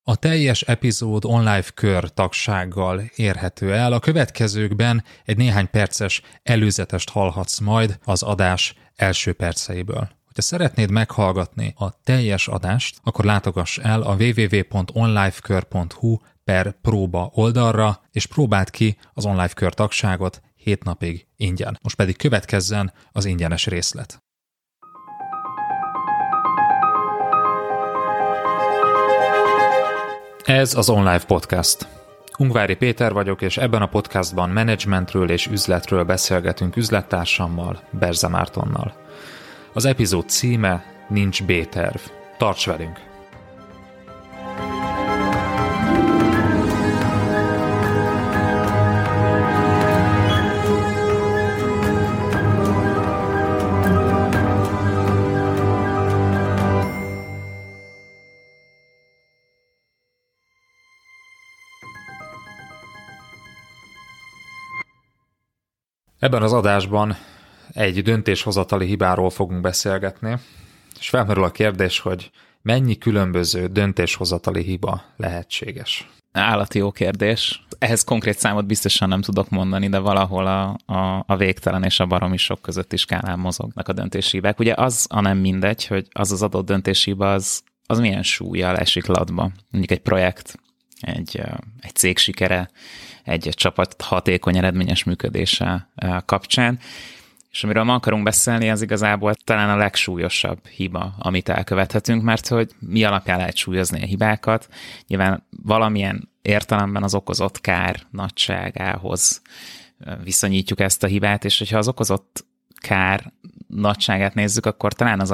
A teljes epizód online kör tagsággal érhető el. A következőkben egy néhány perces előzetest hallhatsz majd az adás első perceiből. Ha szeretnéd meghallgatni a teljes adást, akkor látogass el a www.onlifekör.hu/próba oldalra, és próbáld ki az online kör tagságot 7 napig ingyen. Most pedig következzen az ingyenes részlet. Ez az Online Podcast. Ungvári Péter vagyok, és ebben a podcastban menedzsmentről és üzletről beszélgetünk üzlettársammal, Berze Mártonnal. Az epizód címe Nincs B-terv. Tarts velünk! Ebben az adásban egy döntéshozatali hibáról fogunk beszélgetni, és felmerül a kérdés, hogy mennyi különböző döntéshozatali hiba lehetséges. Állati jó kérdés. Ehhez konkrét számot biztosan nem tudok mondani, de valahol a végtelen és a baromi sok között is skálán mozognak a döntéshibák. Ugye az a nem mindegy, hogy az adott döntéshiba az milyen súllyal esik latba. Mondjuk egy projekt, egy cég sikere, egy csapat hatékony, eredményes működése kapcsán. És amiről ma akarunk beszélni, az igazából talán a legsúlyosabb hiba, amit elkövethetünk, mert hogy mi alapján lehet súlyozni a hibákat. Nyilván valamilyen értelemben az okozott kár nagyságához viszonyítjuk ezt a hibát, és hogyha az okozott kár nagyságát nézzük, akkor talán az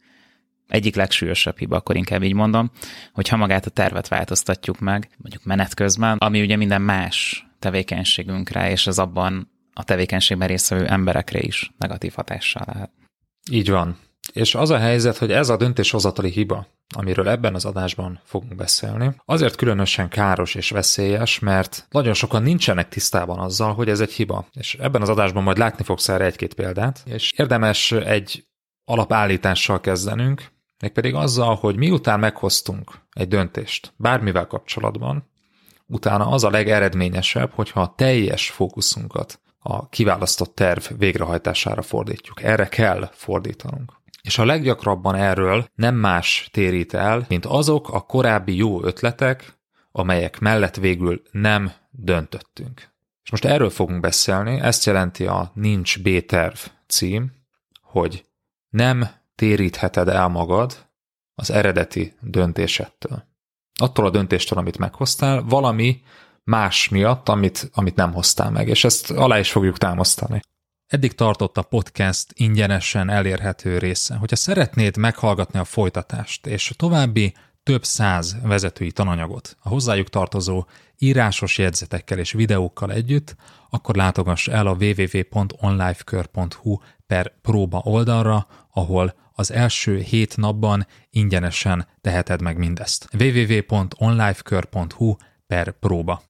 egyik legsúlyosabb hiba, akkor inkább így mondom, hogyha magát a tervet változtatjuk meg, mondjuk menet közben, ami ugye minden más tevékenységünkre, és az abban a tevékenységben résztvevő emberekre is negatív hatással lehet. Így van. És az a helyzet, hogy ez a döntéshozatali hiba, amiről ebben az adásban fogunk beszélni, azért különösen káros és veszélyes, mert nagyon sokan nincsenek tisztában azzal, hogy ez egy hiba. És ebben az adásban majd látni fogsz erre egy-két példát, és érdemes egy alapállítással kezdenünk, mégpedig azzal, hogy miután meghoztunk egy döntést bármivel kapcsolatban, utána az a legeredményesebb, hogyha a teljes fókuszunkat a kiválasztott terv végrehajtására fordítjuk. Erre kell fordítanunk. És a leggyakrabban erről nem más térít el, mint azok a korábbi jó ötletek, amelyek mellett végül nem döntöttünk. És most erről fogunk beszélni, ezt jelenti a Nincs B-terv cím, hogy nem térítheted el magad az eredeti döntésettől. Attól a döntéstől, amit meghoztál, valami más miatt, amit nem hoztál meg, és ezt alá is fogjuk támasztani. Eddig tartott a podcast ingyenesen elérhető része. Hogyha szeretnéd meghallgatni a folytatást, és további több 100 vezetői tananyagot a hozzájuk tartozó írásos jegyzetekkel és videókkal együtt, akkor látogass el a www.onlifekör.hu/próba oldalra, ahol az első 7 napban ingyenesen teheted meg mindezt. www.onlifekör.hu/próba.